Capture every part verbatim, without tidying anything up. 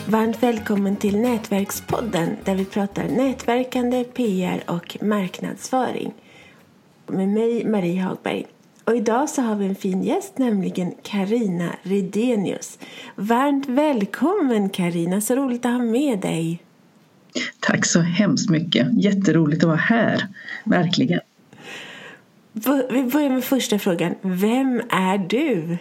Varmt välkommen till Nätverkspodden där vi pratar nätverkande, P R och marknadsföring. Med mig, Marie Hagberg. Och idag så har vi en fin gäst, nämligen Carina Rydenius. Varmt välkommen Carina, så roligt att ha med dig. Tack så hemskt mycket, jätteroligt att vara här, verkligen. Vi börjar med första frågan, vem är du?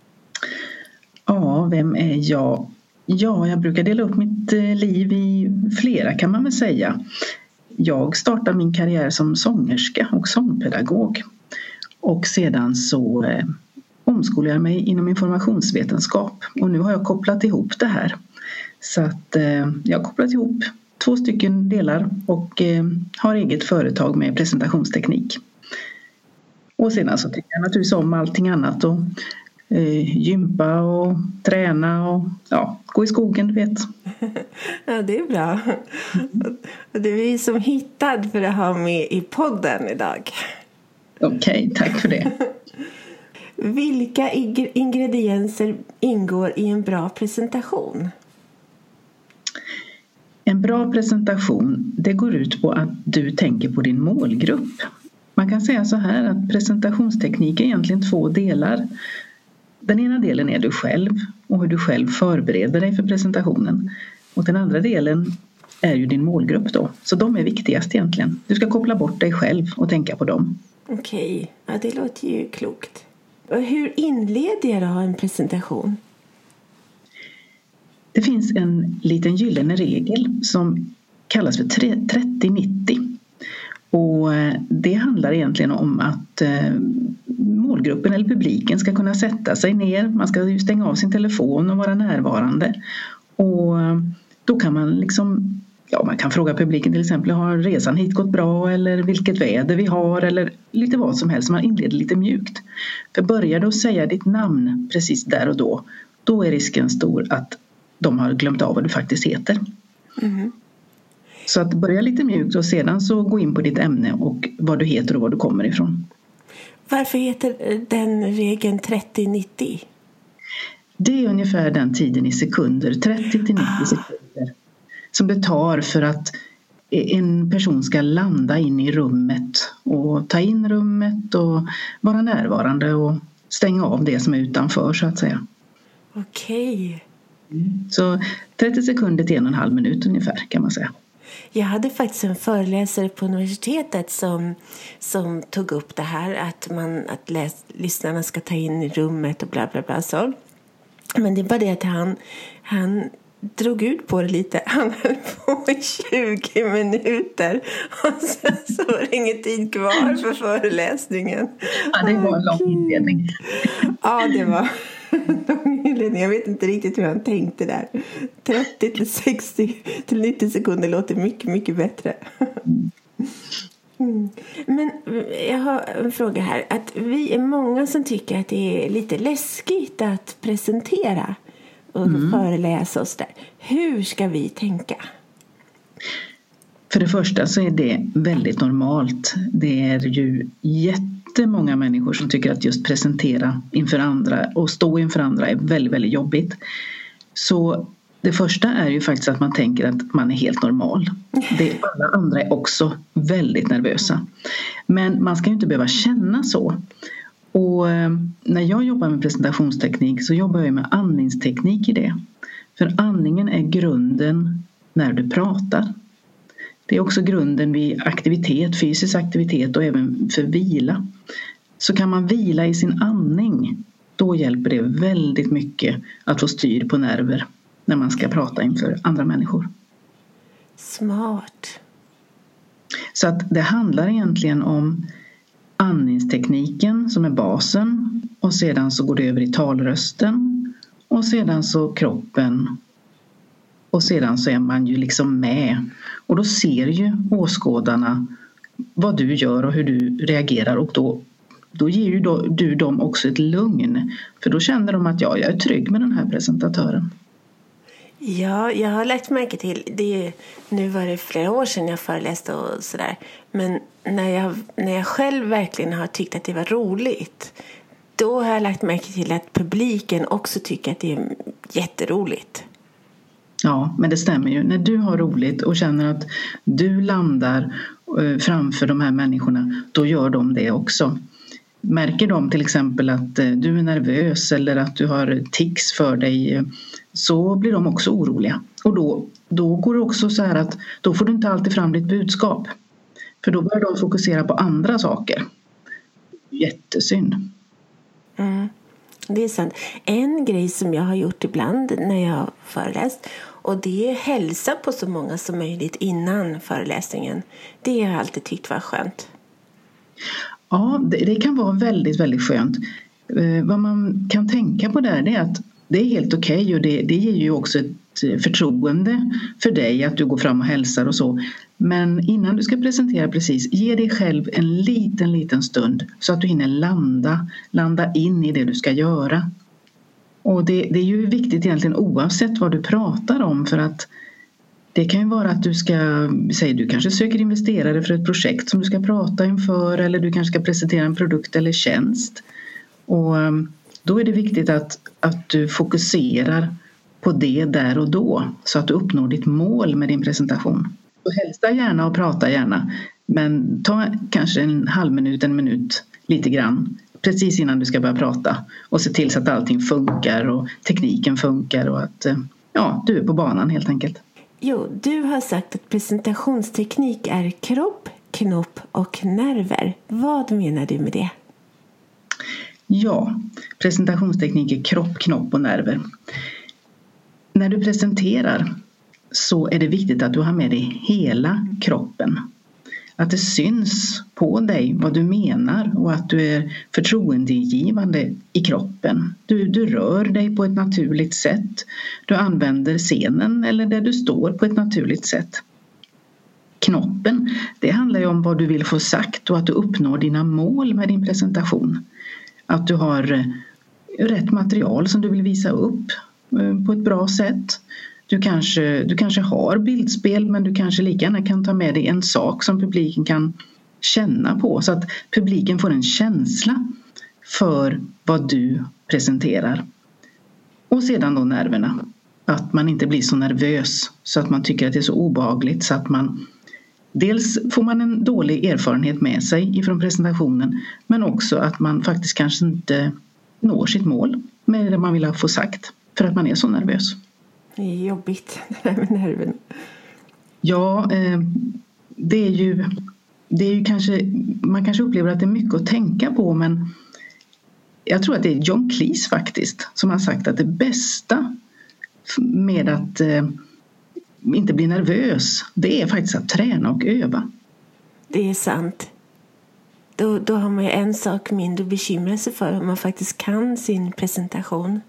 Ja, vem är jag? Ja, jag brukar dela upp mitt liv i flera kan man väl säga. Jag startade min karriär som sångerska och sångpedagog. Och sedan så eh, omskolade jag mig inom informationsvetenskap. Och nu har jag kopplat ihop det här. Så att eh, jag har kopplat ihop två stycken delar och eh, har eget företag med presentationsteknik. Och sedan så tycker jag naturligtvis om allting annat och eh, gympa och träna och ja, gå i skogen, du vet. Ja, det är bra. Du är som hittad för att ha med i podden idag. Okej, okay, tack för det. Vilka ingredienser ingår i en bra presentation? En bra presentation, det går ut på att du tänker på din målgrupp. Man kan säga så här att presentationsteknik är egentligen två delar. Den ena delen är du själv och hur du själv förbereder dig för presentationen. Och den andra delen är ju din målgrupp då. Så de är viktigast egentligen. Du ska koppla bort dig själv och tänka på dem. Okej, ja, det låter ju klokt. Och hur inleder jag då en presentation? Det finns en liten gyllene regel som kallas för trettio nittio. Och det handlar egentligen om att målgruppen eller publiken ska kunna sätta sig ner. Man ska ju stänga av sin telefon och vara närvarande. Och då kan man liksom, ja, man kan fråga publiken till exempel, har resan hit gått bra eller vilket väder vi har eller lite vad som helst. Man inleder lite mjukt. För börjar du säga ditt namn precis där och då, då är risken stor att de har glömt av vad du faktiskt heter. Mm. Så att börja lite mjukt och sedan så gå in på ditt ämne och vad du heter och var du kommer ifrån. Varför heter den regeln trettio nittio? Det är ungefär den tiden i sekunder, trettio till nittio ah. sekunder. Som det tar för att en person ska landa in i rummet och ta in rummet och vara närvarande och stänga av det som är utanför så att säga. Okej. Mm. Så trettio sekunder till en och en halv minut ungefär kan man säga. Jag hade faktiskt en föreläsare på universitetet som, som tog upp det här att, man, att läs, lyssnarna ska ta in i rummet och bla bla bla så. Men det var det att han, han drog ut på det lite. Han höll på i tjugo minuter och sen så var det ingen tid kvar för föreläsningen. Ja, det var en lång inledning. Ja, det var jag vet inte riktigt hur han tänkte där. trettio till sextio till nittio sekunder låter mycket, mycket bättre. Mm. Men jag har en fråga här. Att vi är många som tycker att det är lite läskigt att presentera och mm. föreläsa oss där. Hur ska vi tänka? För det första så är det väldigt normalt. Det är ju jättemånga människor som tycker att just presentera inför andra och stå inför andra är väldigt, väldigt jobbigt. Så det första är ju faktiskt att man tänker att man är helt normal. Det, alla andra är också väldigt nervösa. Men man ska ju inte behöva känna så. Och när jag jobbar med presentationsteknik så jobbar jag med andningsteknik i det. För andningen är grunden när du pratar. Det är också grunden vid aktivitet, fysisk aktivitet och även för vila. Så kan man vila i sin andning, då hjälper det väldigt mycket att få styr på nerver när man ska prata inför andra människor. Smart. Så att det handlar egentligen om andningstekniken som är basen och sedan så går det över i talrösten och sedan så kroppen. Och sedan så är man ju liksom med. Och då ser ju åskådarna vad du gör och hur du reagerar. Och då, då ger ju då, du dem också ett lugn. För då känner de att ja, jag är trygg med den här presentatören. Ja, jag har lagt märke till det. Nu var det flera år sedan jag föreläste och sådär. Men när jag, när jag själv verkligen har tyckt att det var roligt, då har jag lagt märke till att publiken också tycker att det är jätteroligt. Ja, men det stämmer ju. När du har roligt och känner att du landar framför de här människorna, då gör de det också. Märker de till exempel att du är nervös eller att du har tics för dig, så blir de också oroliga. Och då, då går det också så här att då får du inte alltid fram ditt budskap. För då börjar de fokusera på andra saker. Jättesynd. Mm, det är sant. En grej som jag har gjort ibland när jag har föreläst, och det är hälsa på så många som möjligt innan föreläsningen. Det har jag alltid tyckt var skönt. Ja, det, det kan vara väldigt, väldigt skönt. Eh, vad man kan tänka på där, det är att det är helt okej okay, och det, det ger ju också ett förtroende för dig att du går fram och hälsar och så. Men innan du ska presentera precis, ge dig själv en liten, liten stund så att du hinner landa, landa in i det du ska göra. Och det, det är ju viktigt egentligen oavsett vad du pratar om, för att det kan ju vara att du ska, säg du kanske söker investerare för ett projekt som du ska prata inför, eller du kanske ska presentera en produkt eller tjänst. Och då är det viktigt att, att du fokuserar på det där och då så att du uppnår ditt mål med din presentation. Så hälsa gärna och prata gärna, men ta kanske en halv minut, en minut lite grann precis innan du ska börja prata och se till så att allting funkar och tekniken funkar och att ja, du är på banan helt enkelt. Jo, du har sagt att presentationsteknik är kropp, knopp och nerver. Vad menar du med det? Ja, presentationsteknik är kropp, knopp och nerver. När du presenterar så är det viktigt att du har med dig hela kroppen. Att det syns på dig vad du menar och att du är förtroendegivande i kroppen. Du, du rör dig på ett naturligt sätt. Du använder scenen eller där du står på ett naturligt sätt. Knoppen, det handlar ju om vad du vill få sagt och att du uppnår dina mål med din presentation. Att du har rätt material som du vill visa upp på ett bra sätt. Du kanske, du kanske har bildspel, men du kanske lika gärna kan ta med dig en sak som publiken kan känna på. Så att publiken får en känsla för vad du presenterar. Och sedan då nerverna. Att man inte blir så nervös så att man tycker att det är så obehagligt. Så att man, dels får man en dålig erfarenhet med sig ifrån presentationen. Men också att man faktiskt kanske inte når sitt mål med det man vill ha få sagt. För att man är så nervös. Det är jobbigt, det där med nerven. Ja, det är ju, det är ju kanske, man kanske upplever att det är mycket att tänka på, men jag tror att det är John Cleese faktiskt som har sagt att det bästa med att inte bli nervös, det är faktiskt att träna och öva. Det är sant. Då, då har man ju en sak mindre att bekymra sig för om man faktiskt kan sin presentation.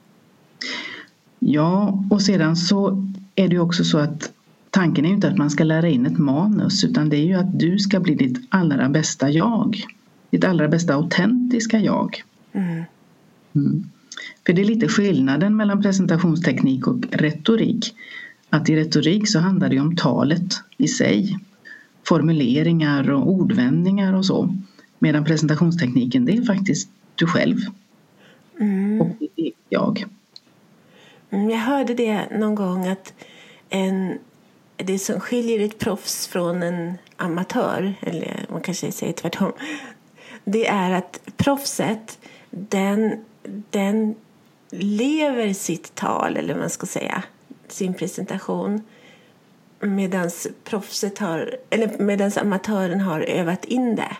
Ja, och sedan så är det ju också så att tanken är ju inte att man ska lära in ett manus, utan det är ju att du ska bli ditt allra bästa jag. Ditt allra bästa autentiska jag. Mm. Mm. För det är lite skillnaden mellan presentationsteknik och retorik. Att i retorik så handlar det om talet i sig. Formuleringar och ordvändningar och så. Medan presentationstekniken, det är faktiskt du själv. Mm. Och det är jag. Jag hörde det någon gång att en, det som skiljer ett proffs från en amatör, eller man kanske säger tvärtom, det är att proffset, den, den lever sitt tal, eller man ska säga, sin presentation, medans proffset har, eller medans amatören har övat in det.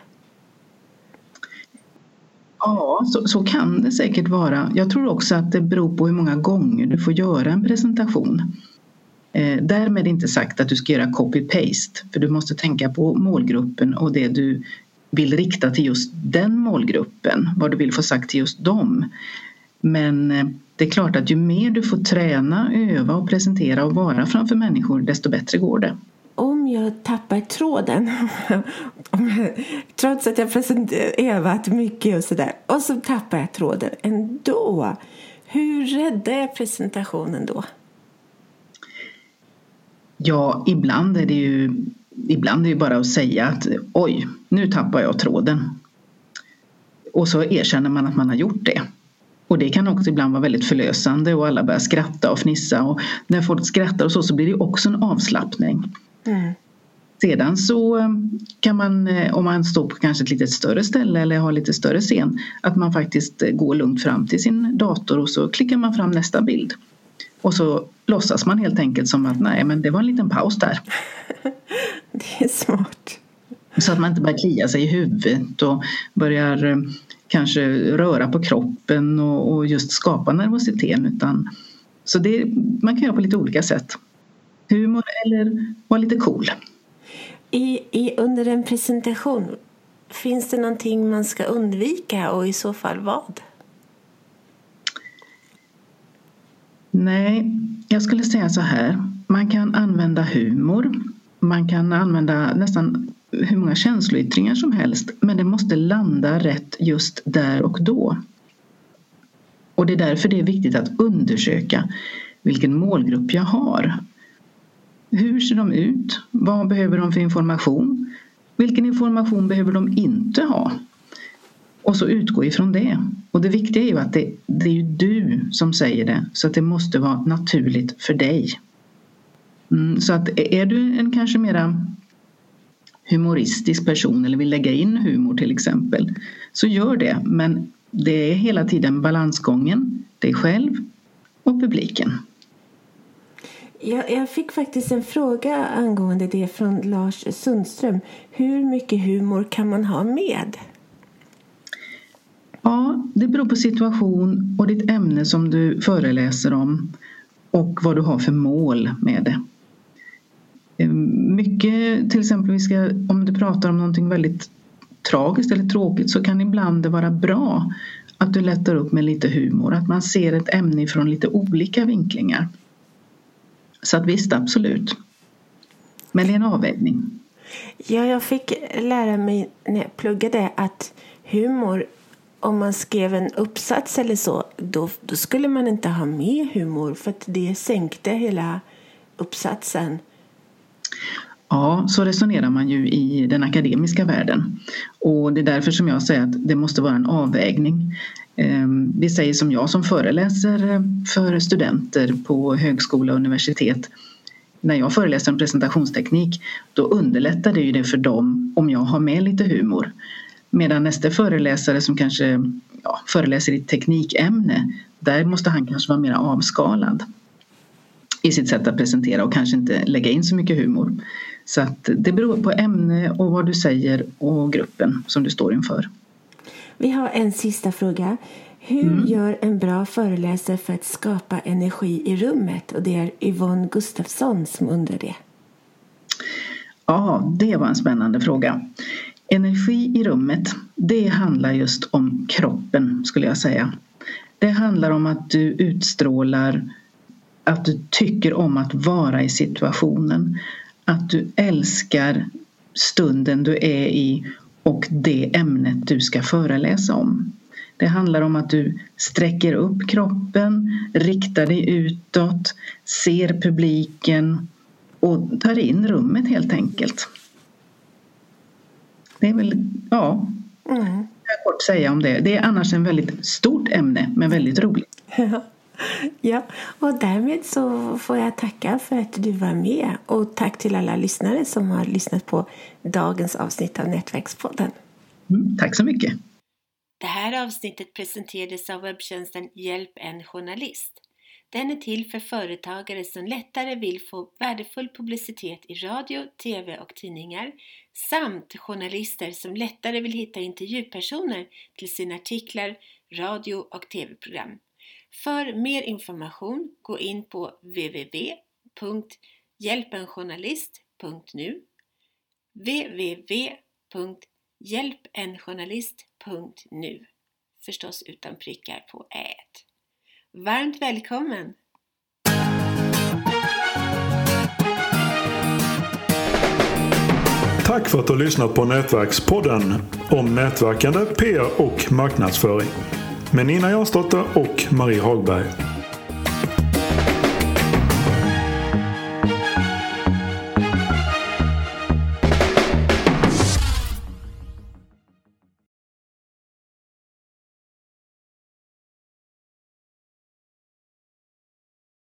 Ja, så, så kan det säkert vara. Jag tror också att det beror på hur många gånger du får göra en presentation. Eh, därmed inte sagt att du ska göra copy-paste. För du måste tänka på målgruppen och det du vill rikta till just den målgruppen. Vad du vill få sagt till just dem. Men eh, det är klart att ju mer du får träna, öva och presentera och vara framför människor, desto bättre går det. Om jag tappar tråden, om jag, trots att jag övat mycket och sådär, och så tappar jag tråden ändå. Hur räddar jag presentationen då? Ja, ibland är det ju, ibland är det bara att säga att oj, nu tappar jag tråden. Och så erkänner man att man har gjort det. Och det kan också ibland vara väldigt förlösande och alla börjar skratta och fnissa. Och när folk skrattar och så, så blir det också en avslappning. Mm. Sedan så kan man, om man står på kanske ett lite större ställe eller har lite större scen, att man faktiskt går lugnt fram till sin dator och så klickar man fram nästa bild. Och så låtsas man helt enkelt som att nej, men det var en liten paus där. Det är smart. Så att man inte börjar klia sig i huvudet och börjar kanske röra på kroppen och, och just skapa nervositet. Utan, så det, man kan göra på lite olika sätt. Humor eller vara lite cool. I, i, under en presentation, finns det någonting man ska undvika och i så fall vad? Nej, jag skulle säga så här. Man kan använda humor. Man kan använda nästan hur många känsloyttringar som helst. Men det måste landa rätt just där och då. Och det är därför det är viktigt att undersöka vilken målgrupp jag har. Hur ser de ut? Vad behöver de för information? Vilken information behöver de inte ha? Och så utgå ifrån det. Och det viktiga är ju att det, det är ju du som säger det. Så att det måste vara naturligt för dig. Mm, så att är du en kanske mera humoristisk person eller vill lägga in humor till exempel, så gör det. Men det är hela tiden balansgången, dig själv och publiken. Jag, jag fick faktiskt en fråga angående det från Lars Sundström. Hur mycket humor kan man ha med? Ja, det beror på situation och ditt ämne som du föreläser om och vad du har för mål med det. Mycket, till exempel vi ska, om du pratar om någonting väldigt tragiskt eller tråkigt, så kan ibland det vara bra att du lättar upp med lite humor. Att man ser ett ämne från lite olika vinklingar. Så att visst, absolut. Men det är en avvägning. Ja, jag fick lära mig när jag pluggade att humor, om man skrev en uppsats eller så, då, då skulle man inte ha med humor för att det sänkte hela uppsatsen. Ja, så resonerar man ju i den akademiska världen. Och det är därför som jag säger att det måste vara en avvägning. Vi säger som jag som föreläser för studenter på högskola och universitet. När jag föreläser om presentationsteknik, då underlättar det ju det för dem om jag har med lite humor. Medan nästa föreläsare som kanske ja, föreläser i teknikämne, där måste han kanske vara mer avskalad i sitt sätt att presentera och kanske inte lägga in så mycket humor. Så att det beror på ämne och vad du säger och gruppen som du står inför. Vi har en sista fråga. Hur mm. gör en bra föreläsare för att skapa energi i rummet? Och det är Yvonne Gustafsson som undrar det. Ja, det var en spännande fråga. Energi i rummet, det handlar just om kroppen skulle jag säga. Det handlar om att du utstrålar att du tycker om att vara i situationen. Att du älskar stunden du är i och det ämnet du ska föreläsa om. Det handlar om att du sträcker upp kroppen, riktar dig utåt, ser publiken och tar in rummet helt enkelt. Det är väl, ja, mm. jag kan kort säga om det. Det är annars en väldigt stort ämne, men väldigt roligt. Ja, och därmed så får jag tacka för att du var med. Och tack till alla lyssnare som har lyssnat på dagens avsnitt av Nätverkspodden. Mm, tack så mycket. Det här avsnittet presenterades av webbtjänsten Hjälp en journalist. Den är till för företagare som lättare vill få värdefull publicitet i radio, tv och tidningar, samt journalister som lättare vill hitta intervjupersoner till sina artiklar, radio och tv-program. För mer information gå in på w w w punkt hjälpenjournalist punkt nu w w w punkt hjälpenjournalist punkt nu, förstås utan prickar på ät. Varmt välkommen! Tack för att du har lyssnat på Nätverkspodden om nätverkande, P R och marknadsföring med Nina Jansdotter och Marie Hagberg.